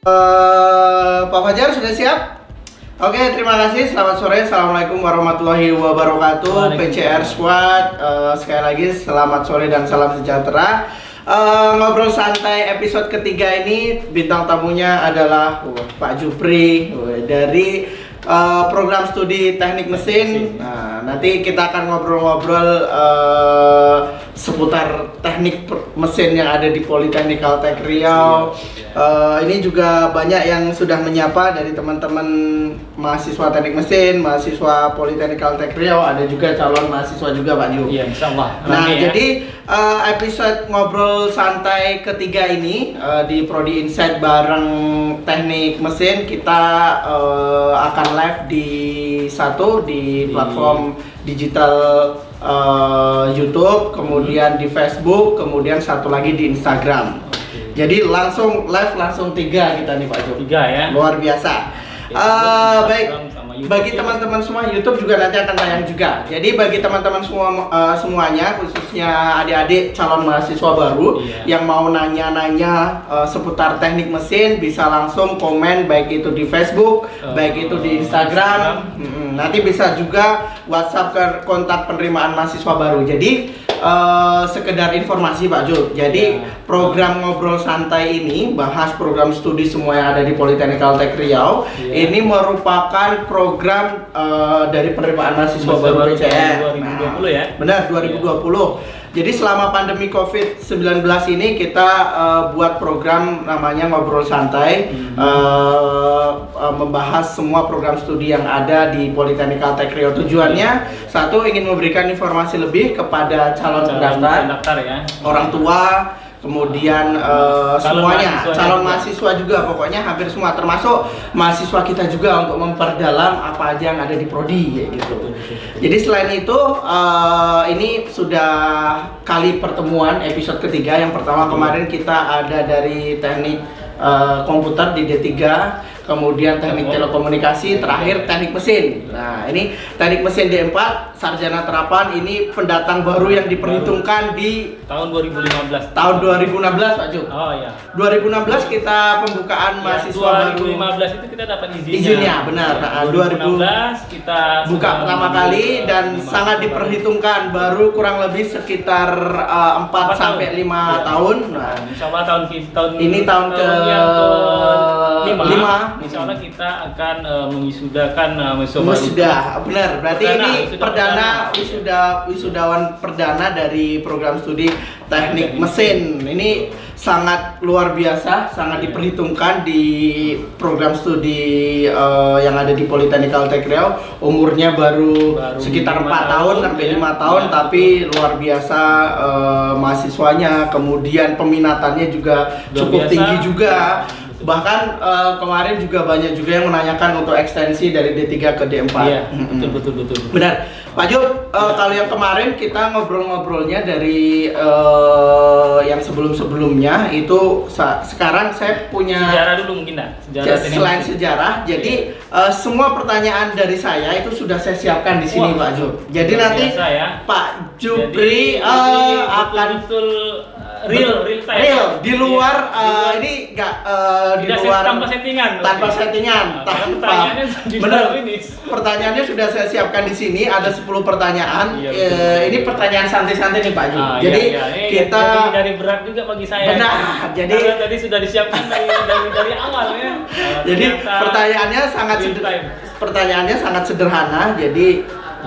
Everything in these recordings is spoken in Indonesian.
Pak Fajar sudah siap? Oke, terima kasih. Selamat sore. Assalamualaikum warahmatullahi wabarakatuh. PCR Squad, sekali lagi selamat sore dan salam sejahtera. Ngobrol santai episode ketiga ini bintang tamunya adalah Pak Jupri dari program studi teknik mesin. Nah, nanti kita akan ngobrol-ngobrol seputar teknik mesin yang ada di Politeknik Kaltech Riau. Ini juga banyak yang sudah menyapa dari teman-teman mahasiswa teknik mesin, mahasiswa Politeknik Kaltech Riau, ada juga calon mahasiswa juga Pak Ju. Iya, insyaallah. Nah, jadi episode ngobrol santai ketiga ini di Prodi Insight bareng teknik mesin kita akan live di platform digital YouTube, kemudian di Facebook, kemudian satu lagi di Instagram. Jadi langsung live langsung 3 kita nih Pak Jo. 3 ya. Luar biasa. Baik, bagi teman-teman semua YouTube juga nanti akan tayang juga. Jadi bagi teman-teman semuanya, khususnya adik-adik calon mahasiswa baru yang mau nanya-nanya seputar teknik mesin, bisa langsung komen baik itu di Facebook, baik itu di Instagram. Nanti bisa juga WhatsApp ke kontak penerimaan mahasiswa baru. Jadi sekedar informasi Pak Jul. Jadi program ngobrol santai ini bahas program studi semua yang ada di Politeknik Kaltech Riau. Ini merupakan program dari penerimaan mahasiswa baru PCR 2020 ya. Benar, 2020. Jadi selama pandemi COVID-19 ini kita buat program namanya Ngobrol Santai, membahas semua program studi yang ada di Politeknik Kaltech Riau. Tujuannya satu, ingin memberikan informasi lebih kepada calon pendaftar, orang tua, kemudian semuanya, calon mahasiswa juga, pokoknya hampir semua, termasuk mahasiswa kita juga untuk memperdalam apa aja yang ada di prodi kayak gitu. Jadi selain itu ini sudah kali pertemuan episode ketiga. Yang pertama kemarin kita ada dari teknik komputer di D3, kemudian teknik telekomunikasi, terakhir teknik mesin. Nah, ini teknik mesin D4, sarjana terapan, ini pendatang baru yang diperhitungkan di tahun 2015. Tahun 2016 Pak Ju. Oh iya. 2016 kita pembukaan mahasiswa baru. 2015 itu kita dapat izinnya. Izinnya, benar. Nah, 2016 kita buka pertama kali dan sangat diperhitungkan, baru kurang lebih sekitar 4 sampai 5 tahun. Nah, insyaallah tahun ini tahun ke 5. Insya Allah kita akan mewisudakan wisuda. Benar, berarti ini perdana wisudawan perdana dari program studi teknik mesin. Ini sangat luar biasa, sangat diperhitungkan di program studi yang ada di Politeknik Kaltech Riau. Umurnya baru sekitar 4 tahun sampai 5 tahun, tapi luar biasa mahasiswanya, kemudian peminatannya juga cukup tinggi juga. Bahkan kemarin juga banyak juga yang menanyakan untuk ekstensi dari D3 ke D4. Iya, betul. Benar. Pak Jo, kalau yang kemarin kita ngobrol-ngobrolnya dari yang sebelum-sebelumnya itu sekarang saya punya sejarah dulu mungkin selain sejarah. Jadi semua pertanyaan dari saya itu sudah saya siapkan di sini Pak Jo. Jadi nanti Pak Jupri akan betul real di luar ini enggak di luar tanpa settingan, pertanyaannya sudah saya siapkan di sini, ada 10 pertanyaan. Ini pertanyaan santai-santai nih Pak Ju. Jadi kita dari berat juga bagi saya. Benar. Jadi karena tadi sudah disiapkan dari awal ya. Jadi pertanyaannya sangat sederhana. Jadi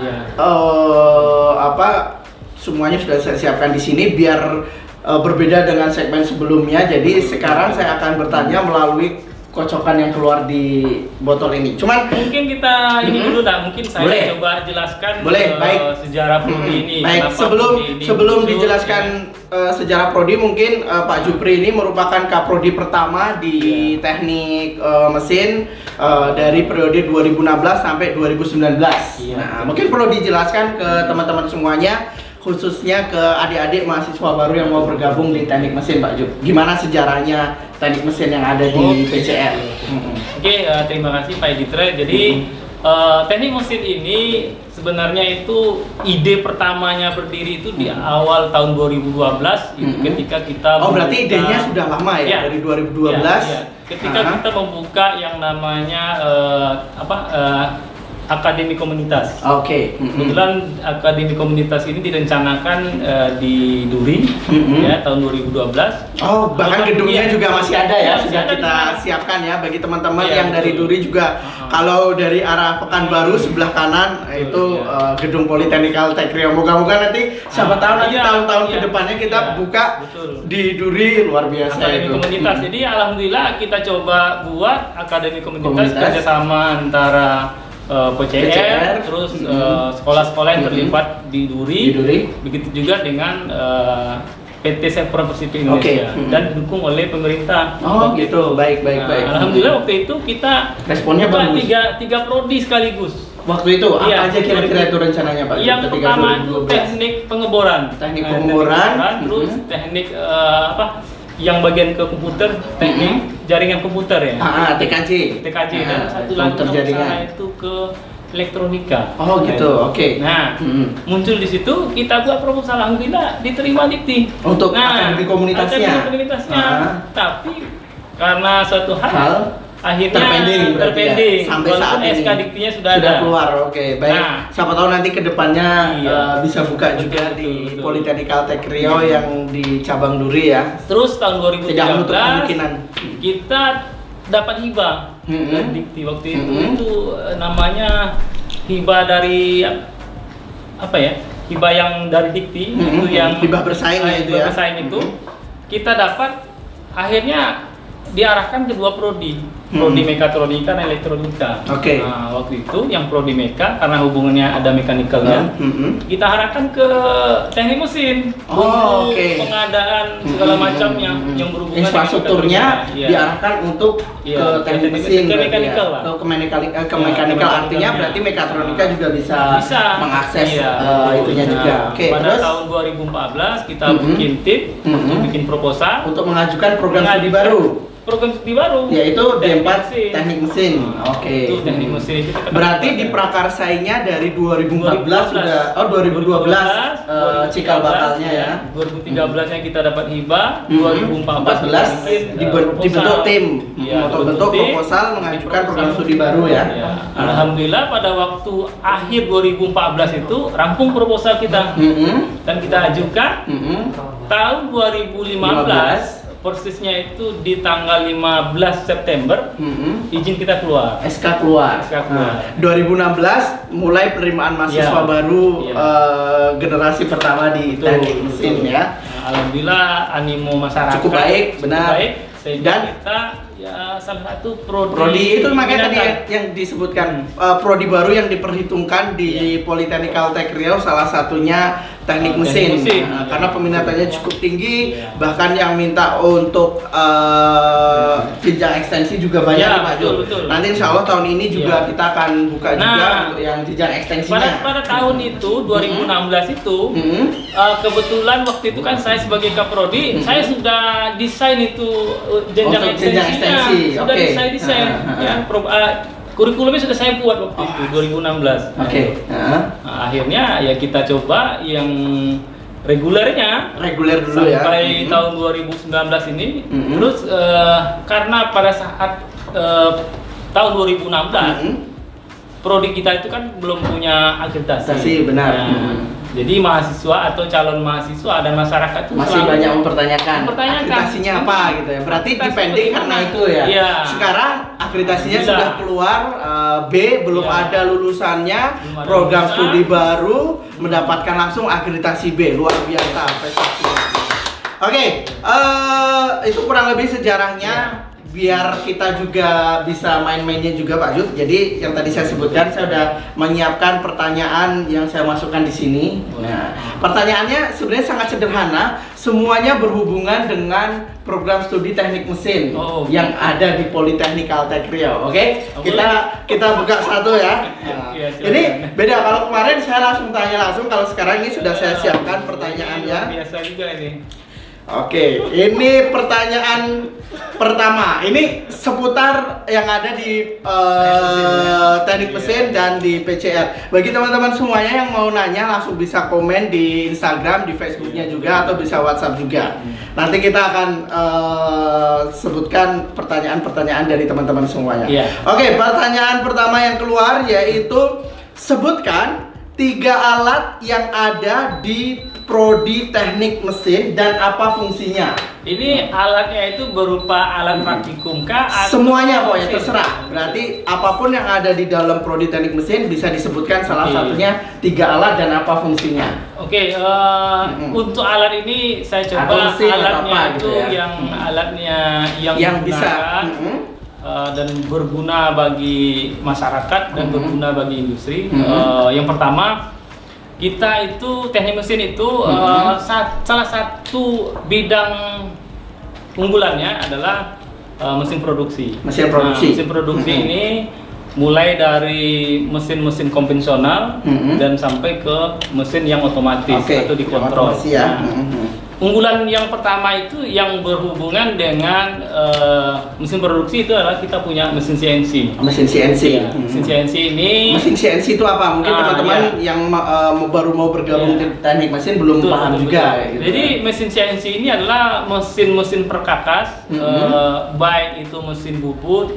semuanya sudah saya siapkan di sini biar berbeda dengan segmen sebelumnya. Jadi sekarang saya akan bertanya melalui kocokan yang keluar di botol ini. Cuman mungkin kita ini dulu mungkin saya coba jelaskan sejarah prodi ini. Baik, sebelum dijelaskan sejarah prodi, mungkin Pak Jupri ini merupakan kaprodi pertama di teknik mesin dari periode 2016 sampai 2019. Nah, mungkin perlu dijelaskan ke teman-teman semuanya, khususnya ke adik-adik mahasiswa baru yang mau bergabung di teknik mesin Pak Jup. Gimana sejarahnya teknik mesin yang ada di PCR? Oke, terima kasih Pak Editra. Jadi Teknik mesin ini sebenarnya itu ide pertamanya berdiri itu di awal tahun 2012 itu ketika kita berarti idenya sudah lama ya, dari 2012 ketika kita membuka yang namanya Akademi Komunitas. Kebetulan Akademi Komunitas ini direncanakan di Duri ya tahun 2012. Bahkan gedungnya juga masih ada ya, sudah kita siapkan ya bagi teman-teman yang dari Duri juga. Kalau dari arah Pekanbaru sebelah kanan itu gedung Politeknikal Tekrio. Moga-moga nanti siapa tahu nanti tahun-tahun kedepannya kita buka di Duri, luar biasa. Akademi Komunitas. Jadi alhamdulillah kita coba buat Akademi Komunitas kerjasama antara PCR, terus sekolah-sekolah yang terlibat di Duri, begitu juga dengan PT Sepra Persipik Indonesia dan didukung oleh pemerintah. Gitu, baik. Alhamdulillah waktu itu kita responnya bagus. tiga prodi sekaligus. Waktu itu apa aja kira-kira itu rencananya Pak? Yang pertama itu teknik pengeboran, terus teknik yang bagian ke komputer, teknik jaringan komputer ya. TKJ. Dan satu lagi jaringan itu ke elektronika. Gitu. Nah, muncul di situ kita buat proposal, alhamdulillah diterima Dikti. Untuk akademi komunitasnya. Tapi karena suatu hal akhirnya terpending sampai saat ini. SK Diktinya sudah ada. Keluar. Baik. Siapa tahu nanti kedepannya bisa buka juga di Politeknikal Tekrio yang di cabang Duri ya. Terus tahun 2013 tidak menutup kemungkinan kita dapat hibah dari Dikti waktu itu namanya hibah dari hibah yang dari Dikti itu yang hibah bersaing itu kita dapat akhirnya diarahkan ke dua prodi mekatronika dan elektronika. Nah, waktu itu yang prodi meka karena hubungannya ada mekanikalnya, kita arahkan ke teknik mesin, pengadaan segala macamnya yang berhubungan infrastrukturnya diarahkan untuk ke teknik mesin, ke mekanikal lah. Ke mekanikal artinya berarti mekatronika juga bisa mengakses itunya juga. Pada tahun 2014 kita bikin tim untuk bikin proposal untuk mengajukan program studi baru. Yaitu D4 teknik mesin. Itu teknik mesin itu berarti diprakararsainya dari 2014 sudah 2012 cikal bakalnya ya. 2013-nya kita dapat hibah, 2014 dibentuk tim untuk bentuk proposal mengajukan program studi baru ya. Alhamdulillah pada waktu akhir 2014 itu rampung proposal kita dan kita ajukan tahun 2015. Persisnya itu di tanggal 15 September izin kita keluar. SK keluar. 2016 mulai penerimaan mahasiswa baru generasi pertama di teknik mesin ya. Alhamdulillah animo masyarakat cukup baik, benar. Dan kita salah satu prodi itu makanya tadi yang disebutkan prodi baru yang diperhitungkan di Politeknikal Tekrio salah satunya teknik mesin. Karena peminatannya cukup tinggi, bahkan yang minta untuk jenjang ekstensi juga banyak Pak Jul. Nanti insya Allah tahun ini juga kita akan buka juga untuk yang jenjang ekstensinya. Pada tahun itu 2016 itu kebetulan waktu itu kan saya sebagai kaprodi saya sudah desain itu jenjang ekstensinya. Sudah saya desain ya, kurikulumnya sudah saya buat waktu itu 2016. Akhirnya ya kita coba yang reguler dulu sampai tahun 2019 ini. Terus karena pada saat tahun 2016 prodi kita itu kan belum punya akreditasi. Benar. Jadi mahasiswa atau calon mahasiswa dan masyarakat itu masih banyak mempertanyakan akreditasinya apa gitu ya. Berarti dipending karena itu ya. Sekarang akreditasinya sudah keluar, B belum ada lulusannya, program studi baru mendapatkan langsung akreditasi B. Luar biasa prestasinya. Itu kurang lebih sejarahnya. Biar kita juga bisa main-mainnya juga Pak Jud. Jadi yang tadi saya sebutkan, saya sudah menyiapkan pertanyaan yang saya masukkan di sini. Nah, pertanyaannya sebenarnya sangat sederhana. Semuanya berhubungan dengan program studi teknik mesin yang ada di Politeknikal Tekrio. Kita buka satu ya. Nah, ini beda, kalau kemarin saya langsung tanya langsung, kalau sekarang ini sudah saya siapkan pertanyaannya. Biasa juga ini. Ini pertanyaan pertama, ini seputar yang ada di teknik mesin dan di PCR. Bagi teman-teman semuanya yang mau nanya langsung bisa komen di Instagram, di Facebooknya juga, atau bisa WhatsApp juga. Nanti kita akan sebutkan pertanyaan-pertanyaan dari teman-teman semuanya. Oke, pertanyaan pertama yang keluar yaitu sebutkan 3 alat yang ada di Prodi Teknik Mesin dan apa fungsinya? Ini alatnya itu berupa alat praktikum kah? Semuanya pokoknya terserah. Berarti apapun yang ada di dalam Prodi Teknik Mesin bisa disebutkan salah satunya 3 alat dan apa fungsinya. Oke, untuk alat ini saya coba alatnya itu gitu ya. Alatnya yang bisa dan berguna bagi masyarakat dan berguna bagi industri. Yang pertama, kita itu teknik mesin itu salah satu bidang unggulannya adalah mesin produksi. Mesin produksi. Mesin produksi ini mulai dari mesin-mesin konvensional dan sampai ke mesin yang otomatis atau dikontrol. Unggulan yang pertama itu yang berhubungan dengan mesin produksi itu adalah kita punya mesin CNC. Mesin CNC. Ya, mesin CNC ini. Mesin CNC itu apa? Mungkin teman-teman yang baru mau bergabung di teknik mesin belum paham juga. Gitu. Jadi mesin CNC ini adalah mesin-mesin perkakas, baik itu mesin bubut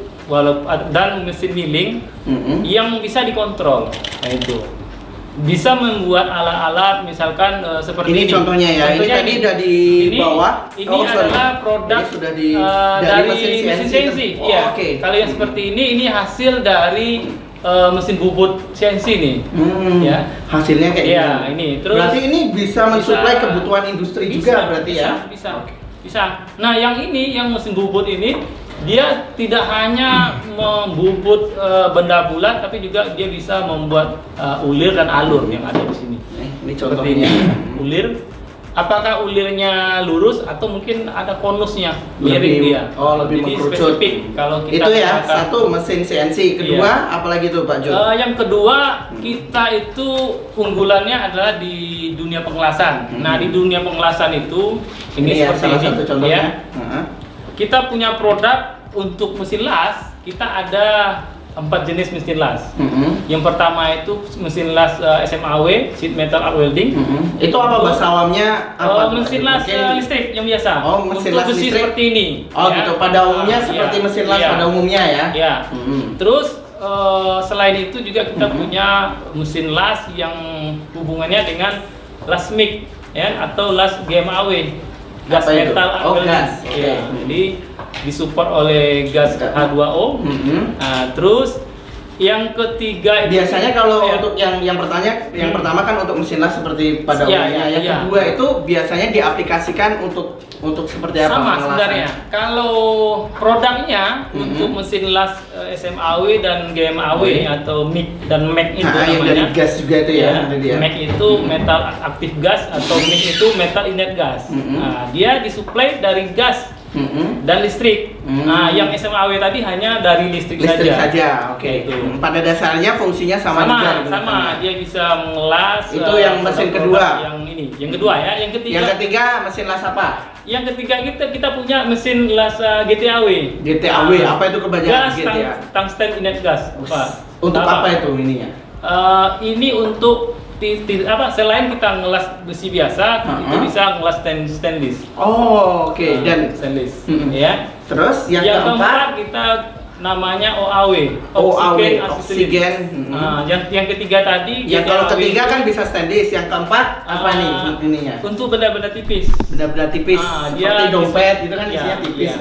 dan mesin milling yang bisa dikontrol. Nah itu. Bisa membuat alat-alat misalkan seperti ini contohnya ya. Contohnya ini tadi udah di bawah. Ini adalah produk sudah dari mesin CNC. Ya. Kalau yang seperti ini hasil dari mesin bubut CNC nih. Ya. Hasilnya kayak ini. Terus berarti ini bisa mensuplai kebutuhan industri juga berarti ya. Bisa. Nah, yang mesin bubut ini dia tidak hanya membubut benda bulat, tapi juga dia bisa membuat ulir dan alur yang ada di sini. Ini contohnya. Ulir. Apakah ulirnya lurus atau mungkin ada konusnya miring dia? Lebih mengkerucut. Spesifik kalau kita itu ya satu mesin CNC. Kedua, apalagi tuh Pak Jo? Yang kedua kita itu unggulannya adalah di dunia pengelasan. Nah di dunia pengelasan itu ini seperti salah ini. Satu contohnya. Kita punya produk untuk mesin las, kita ada 4 jenis mesin las. Yang pertama itu mesin las SMAW, sheet metal arc welding. Itu apa bahasa awamnya? Mesin las listrik yang biasa. Mesin untuk las besi listrik seperti ini. Gitu. Pada umumnya seperti mesin las pada umumnya ya. Terus selain itu juga kita punya mesin las yang hubungannya dengan las MIG atau las GMAW. Gas metal arc welding. Jadi disupport oleh gas H2O. Nah, terus yang ketiga itu biasanya kalau untuk yang pertama kan untuk mesin las seperti pada umumnya. Yang kedua itu biasanya diaplikasikan untuk seperti apa? Sama sebenarnya. Kalau produknya untuk mesin las SMAW dan GMAW atau MIG dan MEG itu namanya. Dari gas juga itu ya. MEG itu metal aktif gas atau MIG itu metal inert gas. Nah, dia disuplai dari gas dan listrik. Nah, yang SMAW tadi hanya dari listrik saja. Oke. Pada dasarnya fungsinya sama juga. Sama. Dia bisa mengelas. Itu yang mesin kedua. Yang kedua ya. Yang ketiga mesin las apa? Yang ketiga kita punya mesin las GTAW. GTAW apa itu kebanyakan GTA? Tungsten inert gas. Untuk apa itu ininya? Ini untuk selain kita ngelas besi biasa, itu bisa ngelas stainless. Dan stainless. Ya. Terus yang keempat kita namanya OAW, oksigen. Yang ketiga tadi. Yang kalau ketiga kan bisa stainless, yang keempat apa nih ininya? Untuk benda-benda tipis. Benda-benda tipis. Seperti dompet itu kan isinya tipis.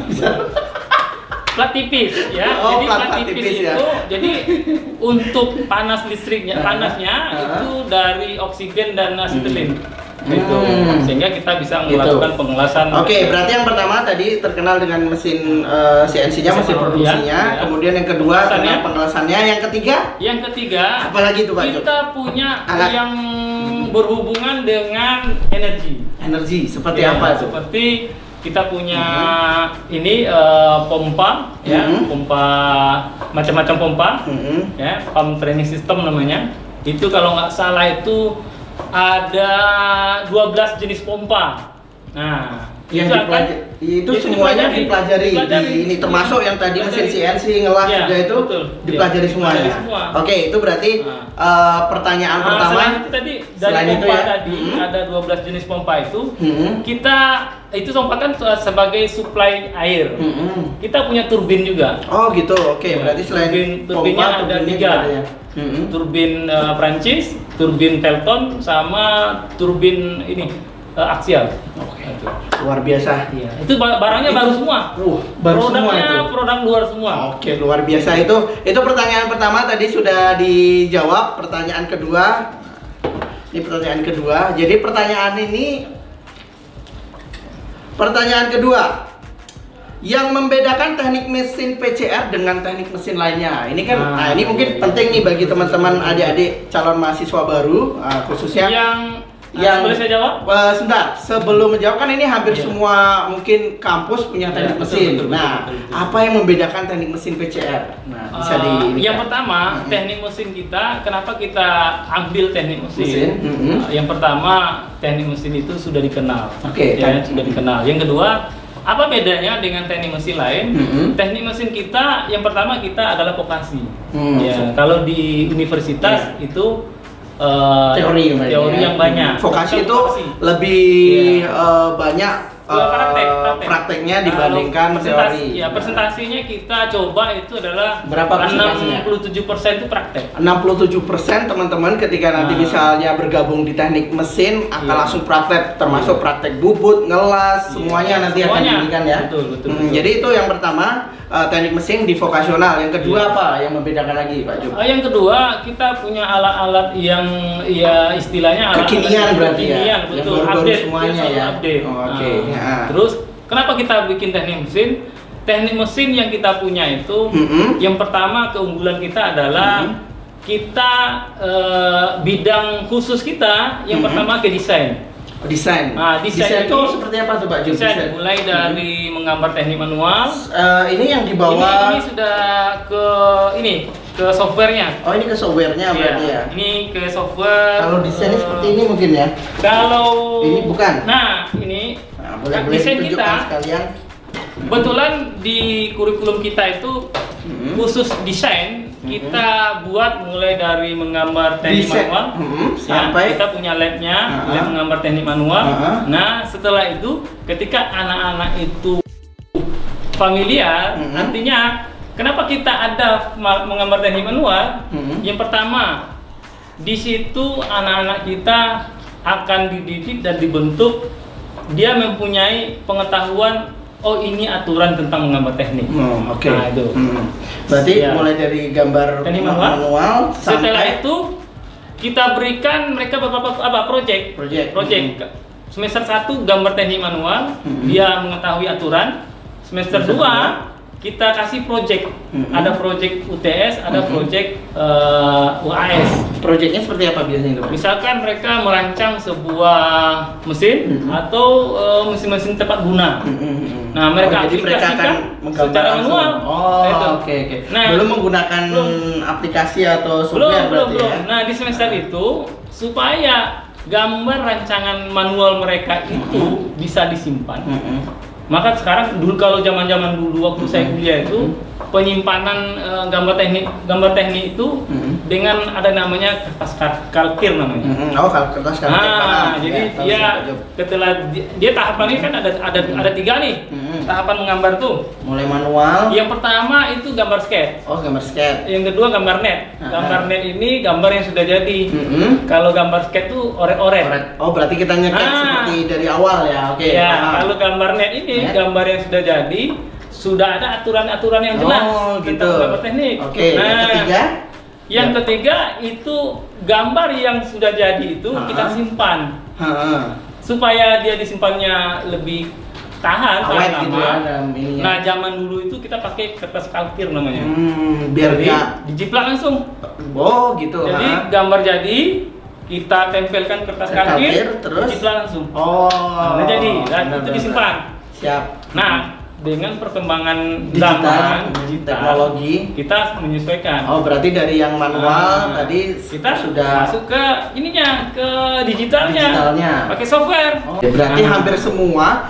Plat tipis ya. Jadi plat tipis itu jadi untuk panas listriknya, panasnya itu dari oksigen dan asetilin. Itu sehingga kita bisa melakukan pengelasan. Berarti yang pertama tadi terkenal dengan mesin CNC-nya, mesin produksinya. Kemudian yang kedua tentang pengelasannya. Yang ketiga apalagi itu Pak Jo? Kita punya yang berhubungan dengan energi seperti apa itu? Seperti kita punya ini pompa pompa, macam-macam pompa pump training system namanya. Itu kalau nggak salah itu ada 12 jenis pompa. Nah, Yang itu semuanya dipelajari di ini, termasuk yang tadi mesin CNC, ngelas juga itu betul. dipelajari semuanya. Oke, itu berarti pertanyaan pertama. Selain itu tadi dari pompa tadi ada 12 jenis pompa itu. Kita itu pompa kan sebagai suplai air. Kita punya turbin juga. Oh gitu. Oke, berarti selain turbinnya ada 3. Turbin Prancis, turbin Pelton, sama turbin ini aksial. Oke. Luar biasa. Iya. Itu barangnya baru semua. Baru semua itu. Produk luar semua. Oke, luar biasa itu. Itu pertanyaan pertama tadi sudah dijawab. Pertanyaan kedua. Ini pertanyaan kedua. Jadi pertanyaan kedua. Yang membedakan teknik mesin PCR dengan teknik mesin lainnya. Ini kan ini mungkin penting nih bagi teman-teman adik-adik calon mahasiswa baru, khususnya yang boleh saya jawab? Sebentar, sebelum menjawab kan ini hampir semua mungkin kampus punya teknik mesin. Betul, apa yang membedakan teknik mesin PCR? Nah, bisa yang pertama, teknik mesin kita, kenapa kita ambil teknik mesin? Yang pertama, teknik mesin itu sudah dikenal. Sudah dikenal. Yang kedua, apa bedanya dengan teknik mesin lain? Teknik mesin kita, yang pertama kita adalah vokasi. Kalau di universitas itu teori yang banyak. Vokasi itu lebih banyak prakteknya dibandingkan teori. Ya, presentasinya kita coba itu adalah berapa 67% itu praktek. 67% teman-teman ketika nanti misalnya bergabung di teknik mesin akan langsung praktek, termasuk praktek bubut, ngelas, semuanya nanti akan diberikan ya. Betul. Jadi itu yang pertama, teknik mesin di vokasional. Yang kedua apa yang membedakan lagi, Pak Jum? Yang kedua, kita punya alat-alat yang ya istilahnya kekinian berarti ya. Betul. Yang baru semuanya ya. Oke. Terus kenapa kita bikin teknik mesin? Teknik mesin yang kita punya itu yang pertama keunggulan kita adalah kita bidang khusus kita yang pertama ke desain. Desain itu seperti apa tuh Pak Jum? Desain mulai dari menggambar teknik manual. Ini yang di bawah. Ini sudah ke softwarenya. Oh, ini ke softwarenya berarti ya. Ini ke software. Kalau desainnya seperti ini mungkin ya. Kalau ini bukan. Nah, ini boleh desain kita sekalian. Kebetulan di kurikulum kita itu khusus desain kita buat mulai dari menggambar teknik manual sampai kita punya labnya, lab menggambar teknik manual. Nah, setelah itu ketika anak-anak itu familiar, artinya kenapa kita ada menggambar teknik manual? Yang pertama, di situ anak-anak kita akan dididik dan dibentuk, dia mempunyai pengetahuan. Oh, ini aturan tentang menggambar teknik. Nah, itu. Berarti mulai dari gambar teknik manual setelah itu kita berikan mereka beberapa project. Semester 1 gambar teknik manual, dia mengetahui aturan. Semester 2 kita kasih project. Ada project UTS, ada project UAS. Projectnya seperti apa biasanya itu? Misalkan mereka merancang sebuah mesin atau mesin-mesin tepat guna. Nah, mereka aplikasikan secara manual. Oke. Nah, belum menggunakan aplikasi atau software berarti ya? Nah, di semester itu supaya gambar rancangan manual mereka itu bisa disimpan. Maka sekarang dulu zaman dulu waktu saya kuliah itu penyimpanan gambar teknik itu dengan ada namanya kertas kalkir namanya. Kertas kalkir. Jadi setelah dia tahapan ini kan ada 3 nih. Tahapan menggambar tuh. Mulai manual. Yang pertama itu gambar sketch. Gambar sketch. Yang kedua gambar net. Gambar net ini gambar yang sudah jadi. Kalau gambar sketch tuh oret-oret. Oh, berarti kita ngecat seperti dari awal ya. Oke. Kalau gambar net ini gambar yang sudah jadi, sudah ada aturan-aturan yang jelas tentang gambar teknik. Yang ketiga itu gambar yang sudah jadi itu kita simpan supaya dia disimpannya lebih tahan lama. Gitu ya, nah, zaman dulu itu kita pakai kertas kalkir namanya. Biar dijiplak langsung. Oh, gitu. Jadi gambar jadi, kita tempelkan kertas kalkir, terus dijiplak langsung. Nah, jadi, dan itu disimpan. Siap. Nah, dengan perkembangan digital, teknologi, kita menyesuaikan. Oh, berarti dari yang manual tadi kita sudah masuk ke ininya, ke digitalnya. Pakai software. Oh, berarti hampir semua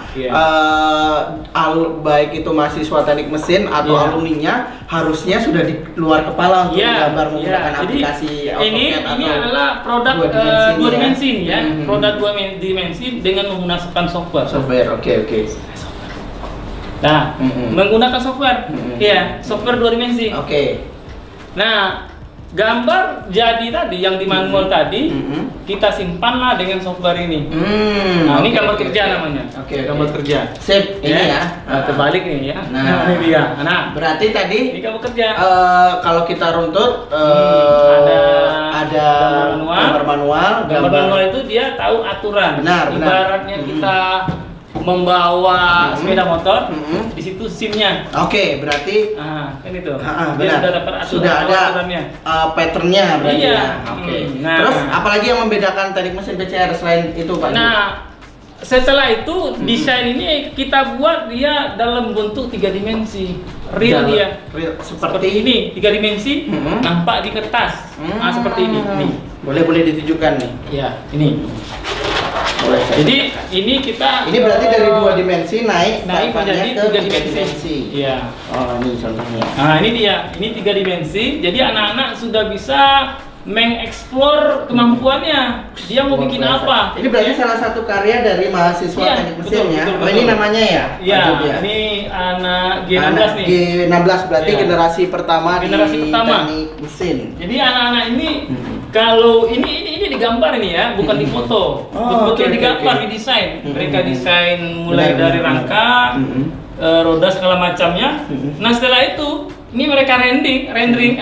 baik itu mahasiswa teknik mesin atau alumninya harusnya sudah di luar kepala untuk menggambar menggunakan aplikasi AutoCAD. Ini adalah produk dua dimensi ya. Produk dua dimensi dengan menggunakan software. Oke. Nah, menggunakan software, software dua dimensi. Oke. Nah, gambar jadi tadi yang di manual tadi kita simpanlah dengan software ini. Nah, ini gambar kerja namanya. Gambar kerja. Sip, ini ya. Terbalik nih ya. Nah, ini dia. Nah, berarti tadi ini gambar kerja. Kalau kita runtut ada gambar manual. Gambar manual itu dia tahu aturan. Ibaratnya kita membawa sepeda motor, di situ SIM-nya. Oke, berarti kan itu. Dia sudah dapat sudah ada pattern-nya berarti. Oke. Nah, terus apalagi yang membedakan teknik mesin PCR selain itu, Pak? Nah, setelah itu desain ini kita buat dia dalam bentuk 3 dimensi. Real seperti ini 3 dimensi, nampak di kertas. Nah, seperti ini. Nih. Boleh ditunjukkan nih. Ya, ini. Jadi ini berarti dari 2 dimensi naik menjadi 3 dimensi. Iya. Oh, ini contohnya. Nah, ini dia. Ini 3 dimensi. Jadi anak-anak sudah bisa mengeksplor kemampuannya. Dia mau bikin apa? Ini berarti salah satu karya dari mahasiswa teknik mesin ya. Betul. Ini namanya ya? Iya. Ini anak G16 nih. G16 berarti generasi pertama di teknik mesin. Jadi anak-anak ini kalau ini digambar ini ya, bukan di foto. Betul digambar, didesain. Mereka desain mulai dari rangka, roda segala macamnya. Nah, setelah itu ini mereka rendering,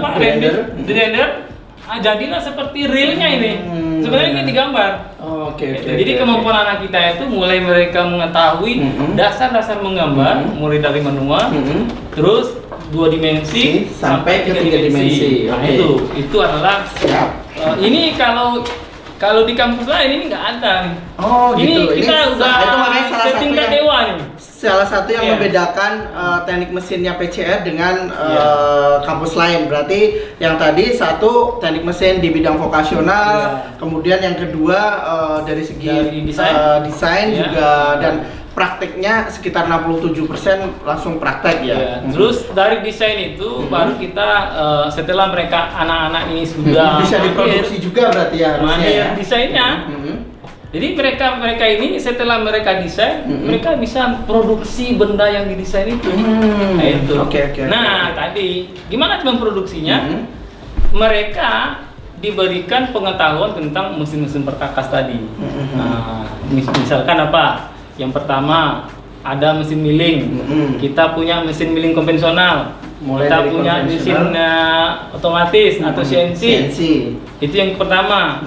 jadilah seperti realnya ini. Sebenarnya ini digambar. Jadi kemampuan anak kita itu mulai mereka mengetahui dasar-dasar menggambar, mulai dari manual, terus 2 dimensi sampai ke 3 dimensi. Nah, itu adalah ini kalau di kampus lain ini nggak ada nih. Ini kita udah itu makanya setingkat dewa nih. Salah satu yang membedakan teknik mesinnya PCR dengan kampus lain. Berarti yang tadi satu teknik mesin di bidang vokasional, kemudian yang kedua dari segi desain juga, dan prakteknya sekitar 67% langsung praktek ya. Terus dari desain itu baru kita setelah mereka anak-anak ini sudah bisa diproduksi juga berarti ya desainnya. Jadi mereka ini setelah mereka desain, mereka bisa produksi benda yang didesain itu. Nah, itu. Nah, tadi gimana memproduksinya? Mereka diberikan pengetahuan tentang mesin-mesin perkakas tadi. Nah, misalkan apa? Yang pertama ada mesin milling. Kita punya mesin milling konvensional. Kita punya mesin otomatis atau CNC. Itu yang pertama.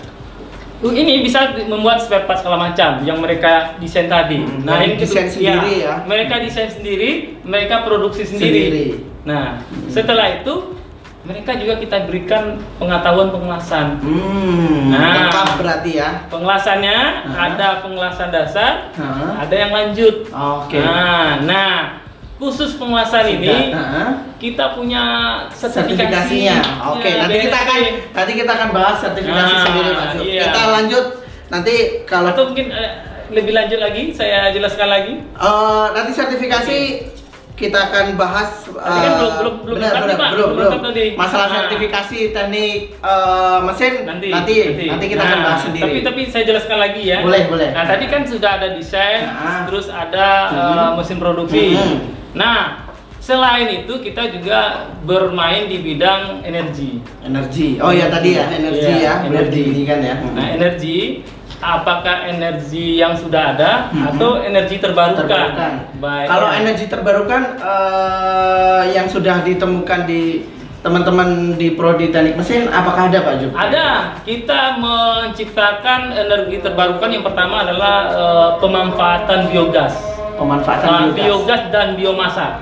Ini bisa membuat spare part segala macam yang mereka desain tadi. Nah, yang desain sendiri ya. Mereka desain sendiri, mereka produksi sendiri. Nah, setelah itu mereka juga kita berikan pengetahuan pengelasan. Lengkap berarti ya. Pengelasannya ada pengelasan dasar, ada yang lanjut. Nah, khusus pengelasan ini kita punya sertifikasinya. Nanti kita akan bahas sertifikasi sendiri, Pak. Kita lanjut nanti kalau atau mungkin lebih lanjut lagi saya jelaskan lagi. Nanti sertifikasi kita akan bahas. Belum. Masalah sertifikasi teknik mesin nanti kita akan bahas sendiri. Tapi saya jelaskan lagi ya. Boleh. Nah, tadi kan sudah ada desain, terus ada mesin produksi. Nah, selain itu kita juga bermain di bidang energi. Oh ya tadi ya energi ini kan ya. Nah, energi, apakah energi yang sudah ada atau energi terbarukan? Kalau energi terbarukan yang sudah ditemukan di teman-teman di Prodi Teknik Mesin, apakah ada, Pak Ju? Ada. Kita menciptakan energi terbarukan. Yang pertama adalah pemanfaatan biogas. Biogas dan biomasa.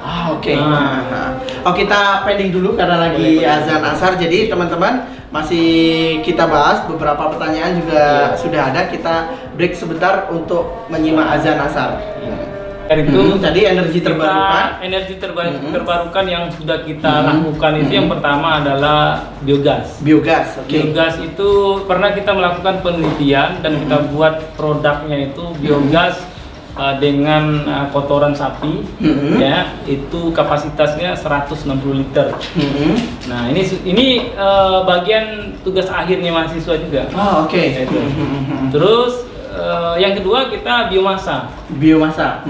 Kita pending dulu karena lagi azan asar. Jadi teman-teman masih kita bahas, beberapa pertanyaan juga sudah ada. Kita break sebentar untuk menyimak azan asar. Itu tadi energi terbarukan. Energi terbarukan yang sudah kita lakukan itu yang pertama adalah biogas. Biogas, oke. Biogas itu pernah kita melakukan penelitian dan kita buat produknya itu biogas dengan kotoran sapi, ya, itu kapasitasnya 160 liter. Nah, ini bagian tugas akhirnya mahasiswa juga. Oh, oke. Terus yang kedua kita biomasa. Biomasa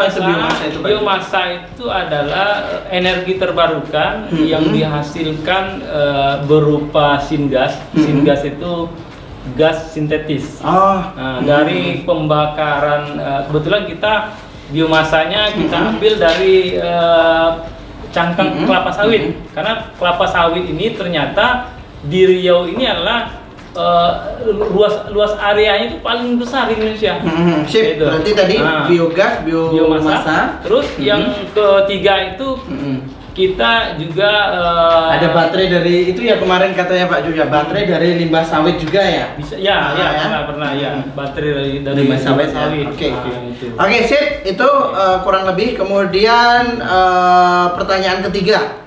itu adalah energi terbarukan yang dihasilkan berupa syngas. Syngas itu gas sintetis. Dari pembakaran, kebetulan kita biomasanya kita ambil dari cangkang kelapa sawit. Karena kelapa sawit ini ternyata di Riau ini adalah luas areanya itu paling besar di Indonesia. Sip. Gitu. Berarti tadi biogas, biomasa. Terus yang ketiga itu kita juga ada baterai dari itu ya, kemarin katanya Pak Ju ya, baterai dari limbah sawit juga ya? Bisa ya, pernah ya, baterai dari limbah sawit. Oke, sip. Itu kurang lebih. Kemudian pertanyaan ketiga.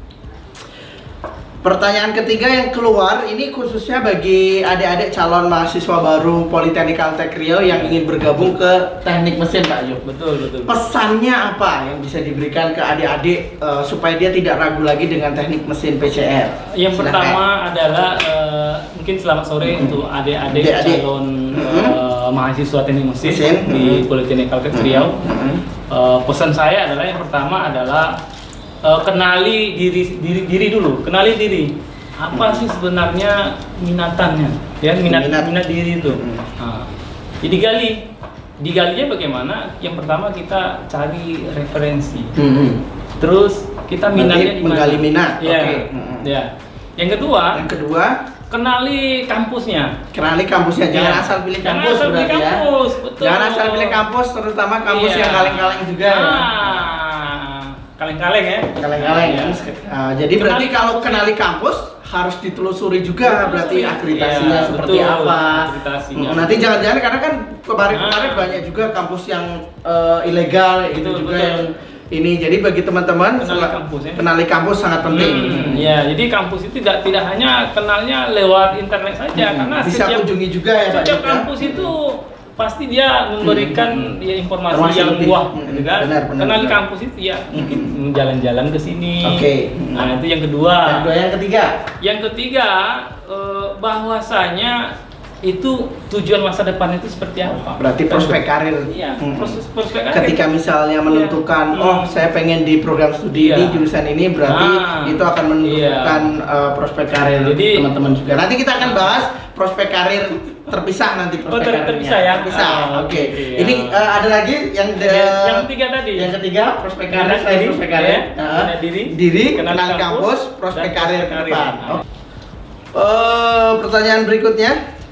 Pertanyaan ketiga yang keluar ini khususnya bagi adik-adik calon mahasiswa baru Politeknik Caltech Riau yang ingin bergabung ke teknik mesin, Pak Yuk. Betul. Pesannya apa yang bisa diberikan ke adik-adik supaya dia tidak ragu lagi dengan teknik mesin PCR? Yang pertama adalah mungkin selamat sore untuk adik-adik calon mahasiswa teknik mesin di Politeknik Caltech Riau. Pesan saya adalah yang pertama adalah kenali diri dulu, kenali diri. Apa sih sebenarnya minatannya? Ya, minat diri itu. Jadi digalinya bagaimana? Yang pertama kita cari referensi. Terus kita minatnya di mana? Menggali minat. Ya. Ya. Yang kedua, kenali kampusnya. Jangan asal pilih kampus berarti ya. Betul. Jangan asal pilih kampus, terutama kampus yang kaleng-kaleng juga. Kaleng-kaleng ya. Kaleng-kaleng. Jadi berarti kalau kenali kampus harus ditelusuri juga berarti akreditasinya seperti apa. Nanti jangan-jangan karena kan kemarin banyak juga kampus yang ilegal itu juga yang ini. Jadi bagi teman-teman kenali kampus sangat penting. Ya, jadi kampus itu tidak hanya kenalnya lewat internet saja karena bisa kunjungi juga ya Pak. Setiap kampus itu pasti dia memberikan informasi yang luas, gitu kan? Kenali kampus itu ya mungkin jalan-jalan ke sini. Nah, itu yang kedua. Yang ketiga bahwasanya itu tujuan masa depan itu seperti apa? Berarti prospek karir. Iya, prospek karir. Ketika misalnya menentukan, saya pengen di program studi ini jurusan ini, berarti itu akan menentukan prospek karir. Jadi teman-teman juga. Nanti kita akan bahas prospek karir terpisah nanti terpisah ya. Oke. Ini ada lagi yang ketiga tadi. Yang ketiga prospek karir tadi. Prospek karir. Diri, kenali kampus, prospek karir ke depan. Pertanyaan berikutnya.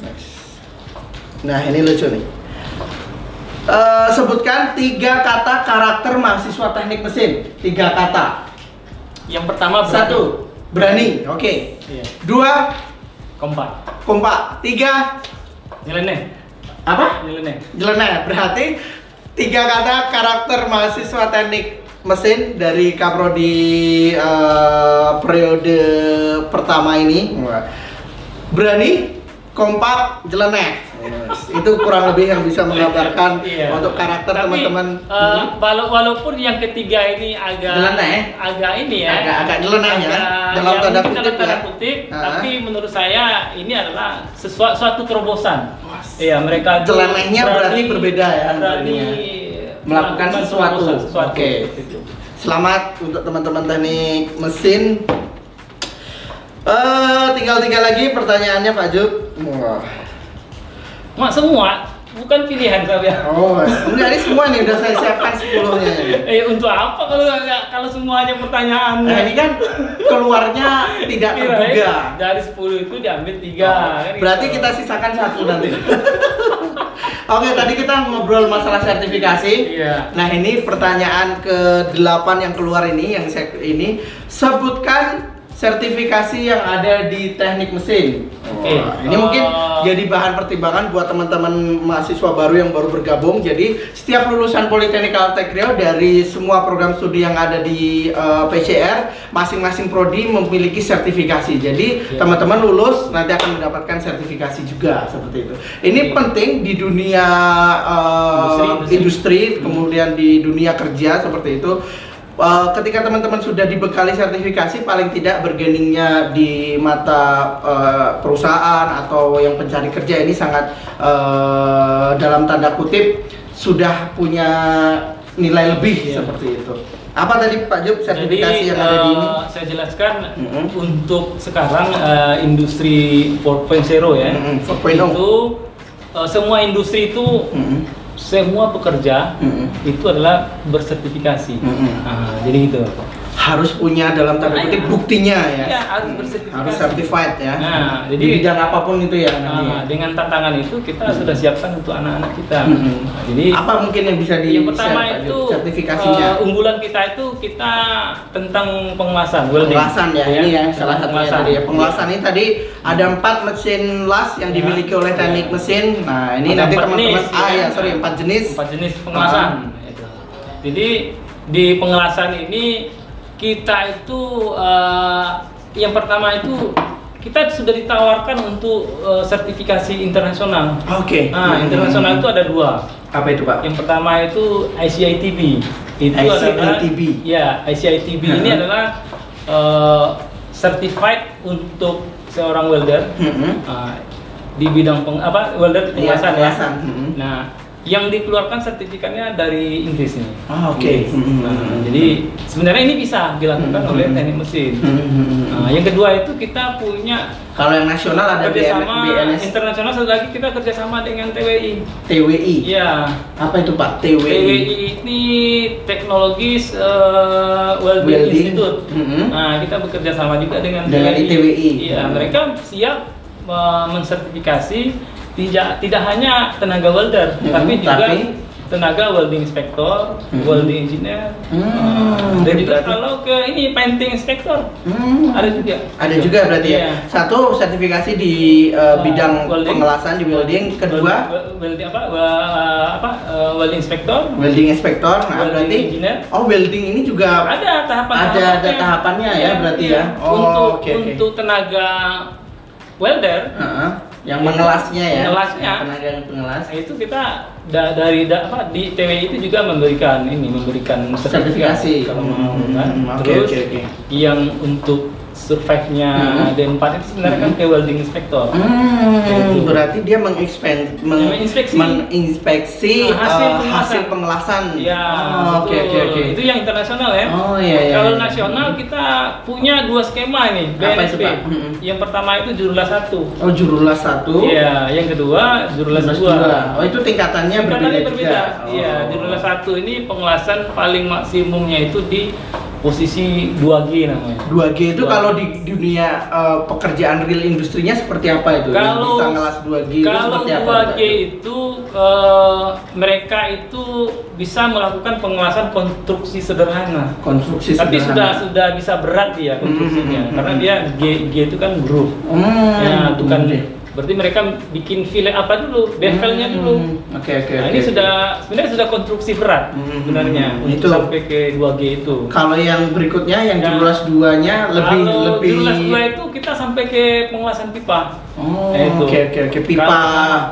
Nah, ini lucu nih. Sebutkan 3 kata karakter mahasiswa teknik mesin. 3 kata. Yang pertama berani. 1. Berani. Oke. 2. Kompak. 3. Nyeleneh. Apa? Nyeleneh. Berarti 3 kata karakter mahasiswa teknik mesin dari Kaprodi periode pertama ini. Berani, kompak, nyeleneh. Itu kurang lebih yang bisa menggambarkan untuk karakter teman-teman. Walaupun yang ketiga ini agak ini ya, agak nyeleneh ya, dalam tanda kutip, tapi menurut saya ini adalah suatu terobosan. Iya, mereka nyelenehnya berarti berbeda ya, berani melakukan sesuatu. Oke. Selamat untuk teman-teman teknik mesin. Tinggal lagi pertanyaannya Pak Juk. Semua bukan pilihan saya. Enggak, ini semua nih udah saya siapkan 10-nya. Untuk apa kalau semuanya pertanyaan? Nah, ini kan keluarnya tidak terduga. Dari 10 itu diambil 3. Berarti kita sisakan 1 nanti. Oke, tadi kita ngobrol masalah sertifikasi. Nah, ini pertanyaan ke-8 yang keluar ini, sebutkan sertifikasi yang ada di teknik mesin. Oke. Ini mungkin jadi bahan pertimbangan buat teman-teman mahasiswa baru yang baru bergabung. Jadi setiap lulusan Politeknik Altek Riau dari semua program studi yang ada di PCR, masing-masing prodi memiliki sertifikasi. Jadi teman-teman lulus nanti akan mendapatkan sertifikasi juga seperti itu. Ini penting di dunia industri, kemudian di dunia kerja seperti itu. Ketika teman-teman sudah dibekali sertifikasi, paling tidak bargainingnya di mata perusahaan atau yang pencari kerja ini sangat dalam tanda kutip sudah punya nilai lebih seperti itu. Apa tadi Pak Job sertifikasi yang ada di ini? Saya jelaskan untuk sekarang industri 4.0 ya. 4.0 itu semua industri itu semua pekerja itu adalah bersertifikasi. Jadi gitu. Harus punya dalam tanda kutip buktinya ya. Iya, harus bersertifikasi. Harus certified ya. Nah, jadi di bidang apapun itu ya. Dengan tantangan itu kita sudah siapkan untuk anak-anak kita. Jadi apa mungkin yang bisa di yang pertama itu sertifikasinya? Unggulan kita itu kita tentang pengelasan, welding. Pengelasan ya, ini ya salah satunya tadi ya. Pengelasan ini tadi ada 4 mesin las yang dimiliki oleh teknik mesin. Nah, ini nanti teman-teman 4 jenis. 4 jenis pengelasan. Jadi di pengelasan ini kita itu yang pertama itu kita sudah ditawarkan untuk sertifikasi internasional. Oke. Nah, internasional itu ada 2. Apa itu Pak? Yang pertama itu ICITB. Itu ICITB. Ya, ICITB ini adalah certified untuk seorang welder di bidang welder pengelasan ya. Nah, yang dikeluarkan sertifikatnya dari Inggris ini. Oke. Jadi sebenarnya ini bisa dilakukan oleh teknik mesin. Yang kedua itu kita punya kalau yang nasional ada BNS. Internasional satu lagi kita kerjasama dengan TWI. TWI. Iya. Apa itu Pak? TWI. TWI ini Teknologis Welding Institute. Nah, kita bekerja sama juga dengan TWI. Iya, mereka siap mensertifikasi tidak hanya tenaga welder, tapi juga tenaga welding inspector, welding engineer, dan juga kalau ke ini painting inspector ada juga. Ada juga berarti ya. Satu sertifikasi di bidang pengelasan di welding, kedua welding welding inspector. Welding inspector, nah berarti engineer. Welding ini juga ada tahapannya ya berarti ya. Untuk tenaga welder. Yang mengelasnya ya. Tenaga yang pengelas. Itu kita di TWI itu juga memberikan sertifikasi kalau mau kan. Terus yang untuk survive-nya D4 itu sebenarnya kan kayak welding inspector. Berarti dia menginspeksi hasil pengelasan. Ya, oke. Itu yang internasional ya. Kalau nasional kita punya 2 skema ini, BNSP. Yang pertama itu Jurulas 1. Oh, Jurulas 1. Iya, yang kedua Jurulas 2. Oh, itu tingkatannya berbeda. Iya, Jurulas 1 ini pengelasan paling maksimumnya itu di posisi 2G namanya. 2G itu kalau di dunia pekerjaan real industrinya seperti apa itu? Kalau bisa ngelas 2G kalau 2G itu mereka itu bisa melakukan pengelasan konstruksi sederhana. Tapi sudah bisa berat dia konstruksinya karena dia G itu kan groove. Ya, bukan. Berarti mereka bikin fillet apa dulu, bevelnya dulu. Nah, ini sebenarnya sudah konstruksi berat sebenarnya untuk sampai ke 2G itu. Kalau yang berikutnya yang Jurulas 2-nya lebih Jurulas 2 itu kita sampai ke pengelasan pipa. Pipa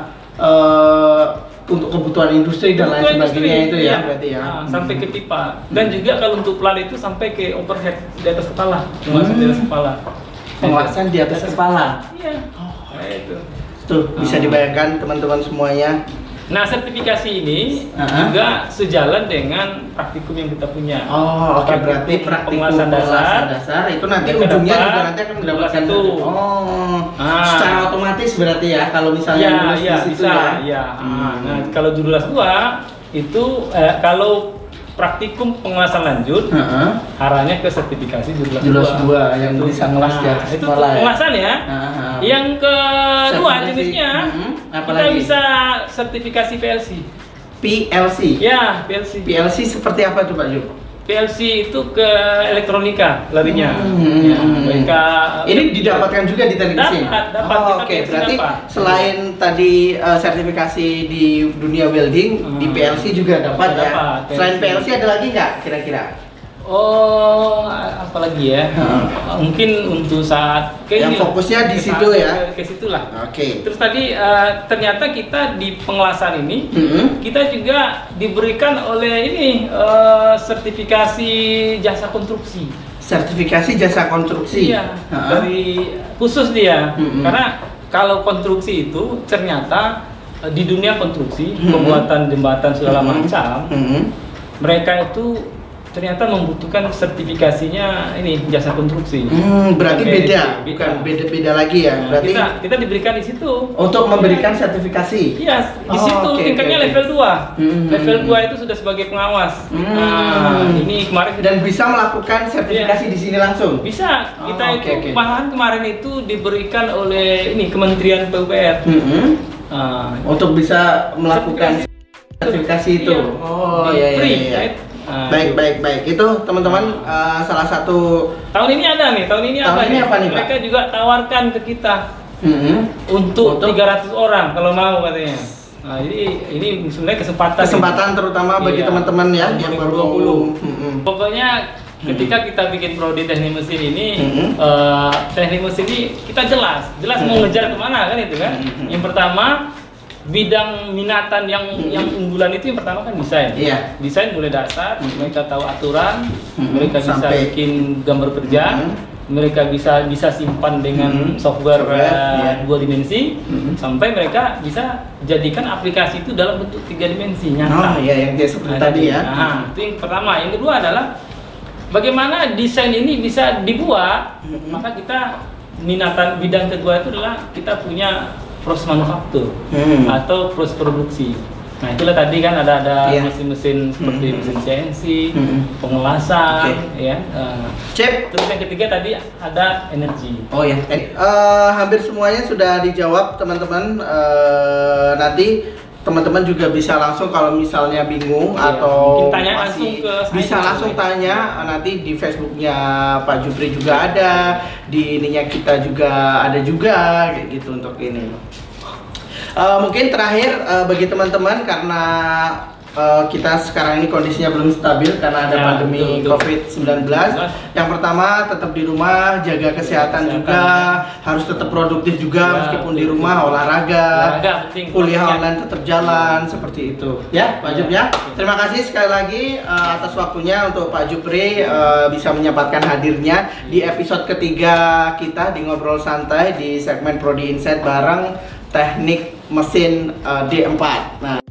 untuk kebutuhan industri dan lain sebagainya itu ya berarti ya. Sampai ke pipa. Dan juga kalau untuk plat itu sampai ke overhead di atas kepala, pengelasan di atas kepala. Pengelasan di atas kepala. Iya. Itu. Tuh, bisa dibayangkan teman-teman semuanya. Nah, sertifikasi ini juga sejalan dengan praktikum yang kita punya. Berarti praktikum pengelasan dasar itu nanti ujungnya juga nanti akan mendapatkan itu. Secara otomatis berarti ya kalau misalnya lulus di situ ya. Nah, kalau Jurulas 2 itu kalau praktikum pengelasan lanjut, arahnya ke sertifikasi Jurulas 2 yang bisa ngelas di atas itu pengelasan ya. Yang kedua jenisnya kita bisa sertifikasi PLC. PLC? Ya, PLC. PLC seperti apa itu Pak Jum? PLC itu ke elektronika larinya. Ya, mereka ini didapatkan juga di teknik mesin. Dapat. Oke, berarti selain tadi sertifikasi di dunia welding, di PLC juga dapat ya. Selain PLC ada lagi nggak kira-kira? Oh, apalagi ya? Mungkin untuk saat yang fokusnya di situ ya. Ke situlah. Oke. Terus tadi ternyata kita di pengelasan ini kita juga diberikan oleh ini sertifikasi jasa konstruksi. Sertifikasi jasa konstruksi. Iya. Dari khusus dia. Karena kalau konstruksi itu ternyata di dunia konstruksi, pembuatan jembatan segala macam, mereka itu ternyata membutuhkan sertifikasinya ini jasa konstruksi. Berarti bukan beda lagi ya. Berarti kita diberikan di situ untuk memberikan sertifikasi. Iya, di situ tingkatnya level 2. Level 2 itu sudah sebagai pengawas. Ini kemarin dan bisa melakukan sertifikasi di sini langsung. Bisa. Kita itu malahan kemarin itu diberikan oleh ini Kementerian PUPR. Untuk bisa melakukan sertifikasi itu. Iya. Baik. Itu teman-teman salah satu tahun ini ada nih. Tahun ini apa nih, Pak? Mereka juga tawarkan ke kita untuk 300 orang kalau mau katanya. Nah, ini sebenarnya kesempatan terutama bagi teman-teman ya yang baru 2020. Pokoknya ketika kita bikin prodi teknik mesin ini, teknik mesin ini kita jelas mau ngejar kemana kan itu kan. Yang pertama bidang minatan yang unggulan itu yang pertama kan desain. Desain mulai dasar, mereka tahu aturan, mereka bisa bikin gambar kerja, mereka bisa simpan dengan software 2 dimensi, sampai mereka bisa jadikan aplikasi itu dalam bentuk 3 dimensi nyata. Yang dia seperti tadi ya. Itu yang pertama. Yang kedua adalah bagaimana desain ini bisa dibuat. Maka kita minatan bidang kedua itu adalah kita punya proses manufaktur atau proses produksi. Nah, itulah tadi kan ada mesin-mesin seperti mesin CNC, pengelasan, ya. Terus yang ketiga tadi ada energi. Hampir semuanya sudah dijawab teman-teman. Nanti teman-teman juga bisa langsung kalau misalnya bingung atau tanya masih langsung bisa langsung tanya nanti di Facebooknya Pak Jupri juga ada, di ininya kita juga ada juga kayak gitu untuk ini. Mungkin terakhir bagi teman-teman karena kita sekarang ini kondisinya belum stabil karena ada pandemi COVID-19. Yang pertama tetap di rumah, jaga kesehatan juga, harus tetap produktif juga meskipun di rumah, olahraga, kuliah online tetap jalan seperti itu. Ya, Pak Jup ya. Terima kasih sekali lagi atas waktunya untuk Pak Jupri bisa menyempatkan hadirnya di episode ketiga kita di Ngobrol Santai di segmen Prodi Insight bareng Teknik Mesin D4. Nah,